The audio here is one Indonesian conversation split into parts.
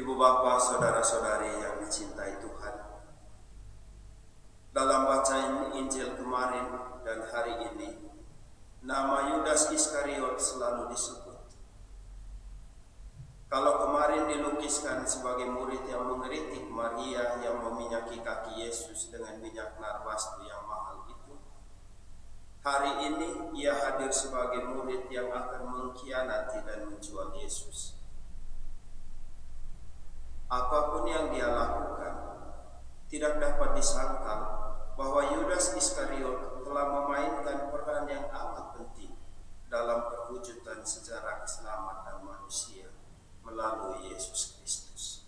Ibu Bapak, saudara-saudari yang dicintai Tuhan, dalam bacaan Injil kemarin dan hari ini, nama Yudas Iskariot selalu disebut. Kalau kemarin dilukiskan sebagai murid yang mengeritik Maria yang meminyaki kaki Yesus dengan minyak narwastu yang mahal itu, hari ini ia hadir sebagai murid yang akan mengkhianati dan menjual Yesus. Apapun yang dia lakukan, tidak dapat disangkal bahwa Yudas Iskariot telah memainkan peran yang amat penting dalam perwujudan sejarah keselamatan manusia melalui Yesus Kristus.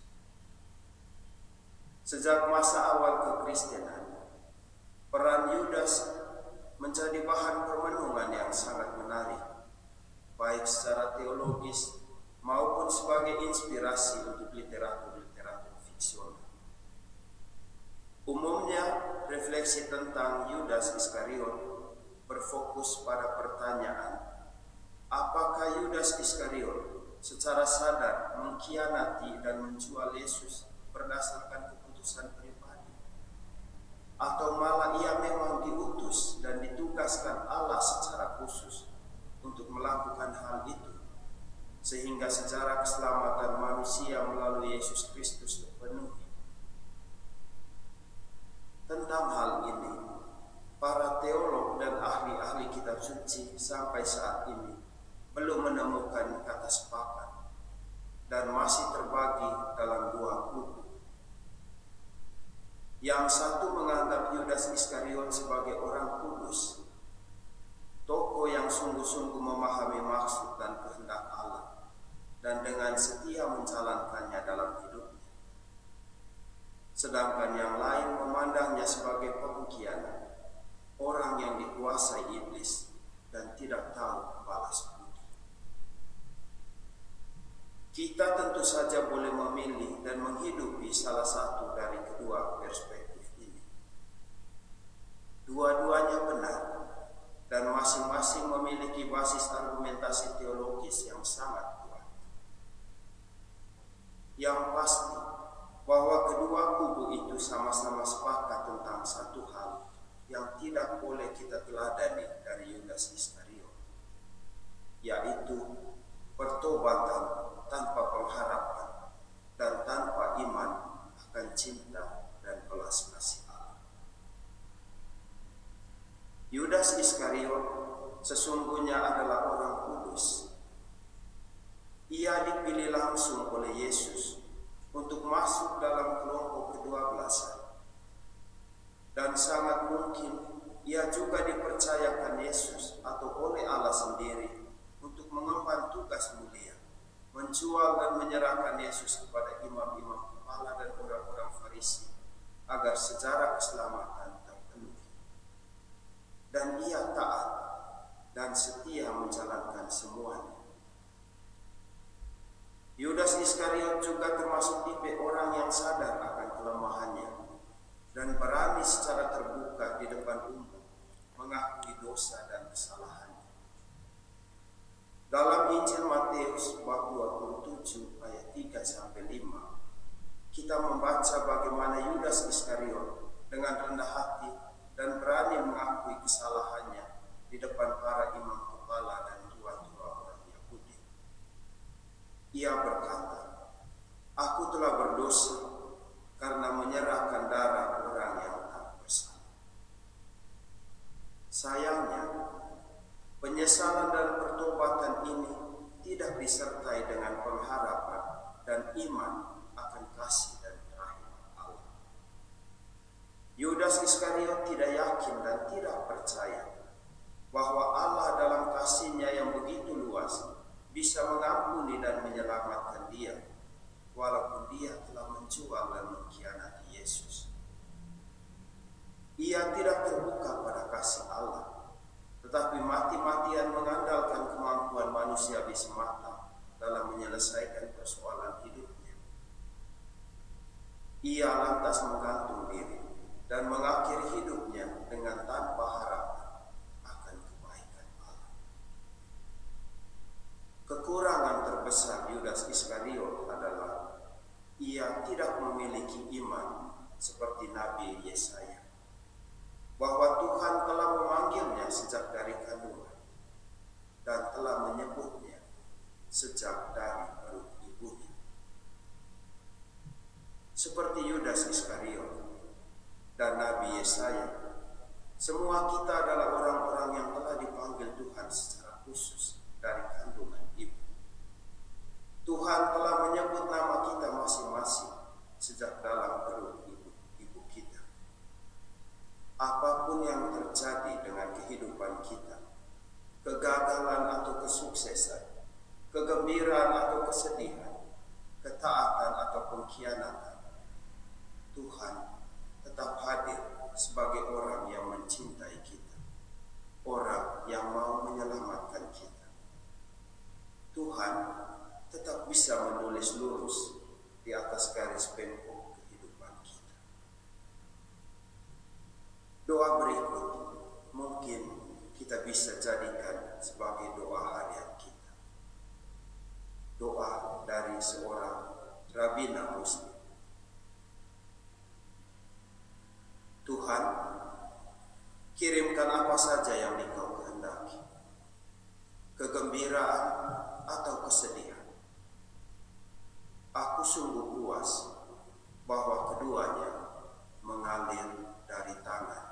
Sejak masa awal kekristenan, peran Yudas menjadi bahan permenungan yang sangat menarik, baik secara teologis maupun sebagai inspirasi untuk literatur fiksional. Umumnya, refleksi tentang Yudas Iskariot berfokus pada pertanyaan, apakah Yudas Iskariot secara sadar mengkhianati dan menjual Yesus berdasarkan keputusan pribadi, atau malah ia memang diutus dan ditugaskan Allah secara khusus untuk melakukan hal itu, sehingga sejarah keselamatan manusia melalui Yesus Kristus terpenuhi. Tentang hal ini, para teolog dan ahli-ahli kitab suci sampai saat ini belum menemukan kata sepakat dan masih terbagi dalam dua kubu. Yang satu menganggap Yudas Iskariot sebagai orang kudus, tokoh yang sungguh-sungguh memahami maksud dan kehendak Allah dan dengan setia menjalankannya dalam hidupnya. Sedangkan yang lain memandangnya sebagai pengkhianat, orang yang dikuasai iblis dan tidak tahu balas budi. Kita tentu saja boleh memilih dan menghidupi salah satu dari kedua perspektif ini. Dua-duanya benar dan masing-masing memiliki basis argumentasi teologis yang sangat kuat. Yang pasti bahwa kedua kubu itu sama-sama sepakat tentang satu hal yang tidak boleh kita teladani dari Yudas Iskariot, yaitu pertobatan tanpa pengharapan dan tanpa iman akan cinta dan belas kasih Allah. Yudas Iskariot sesungguhnya adalah orang kudus. Ia dipilih langsung oleh Yesus untuk masuk dalam kelompok ke-12, dan sangat mungkin ia juga dipercayakan Yesus atau oleh Allah sendiri untuk mengemban tugas mulia, menjual dan menyerahkan Yesus kepada imam-imam kepala dan orang-orang Farisi agar sejarah keselamatan terpenuhi. Dan ia taat dan setia menjalankan semuanya. Yudas Iskariot juga termasuk tipe orang yang sadar akan kelemahannya dan berani secara terbuka di depan umum mengakui dosa dan kesalahannya. Dalam Injil Matius bab 27 ayat 3-5, kita membaca bagaimana Yudas Iskariot dengan rendah hati dan berani mengakui kesalahannya di depan para imam kepala dan tua-tua orang Yahudi. Ia berkata, "Aku telah berdosa karena menyerahkan darah orang yang tak bersalah." Sayangnya, penyesalan dan pertobatan ini tidak disertai dengan pengharapan dan iman akan kasih dan rahmat Allah. Yudas Iskariot tidak yakin dan tidak percaya bahwa Allah dalam kasih-Nya yang begitu luas bisa mengampuni dan menyelamatkan dia, walaupun dia telah menjual dan mengkhianati Yesus. Ia tidak terbuka pada kasih Allah, tetapi mati-matian mengandalkan kemampuan manusiawi semata dalam menyelesaikan persoalan hidupnya. Ia lantas menggantung diri dan mengakhiri hidupnya dengan tanpa harapan akan kebaikan Allah. Kekurangan terbesar Yudas Iskariot adalah tidak memiliki iman seperti Nabi Yesaya, bahwa Tuhan telah memanggilnya sejak dari kandungan dan telah menyebutnya sejak dari perut ibunya. Seperti Yudas Iskariot dan Nabi Yesaya, semua kita adalah orang-orang yang telah dipanggil Tuhan secara khusus dari kandungan ibu. Tuhan telah menyebut nama kita masing-masing sejak dalam perut ibu kita. Apapun yang terjadi dengan kehidupan kita, kegagalan atau kesuksesan, kegembiraan atau kesedihan, ketaatan atau pengkhianatan, Tuhan tetap hadir sebagai orang yang mencintai kita, orang yang mau menyelamatkan kita. Tuhan tetap bisa menulis lurus di atas garis pempok kehidupan kita. Doa berikut mungkin kita bisa jadikan sebagai doa harian kita. Doa dari seorang rabina Muslim. Tuhan, kirimkan apa saja yang Engkau kehendaki, kegembiraan atau kesedihan. Aku sungguh puas bahwa keduanya mengalir dari tangan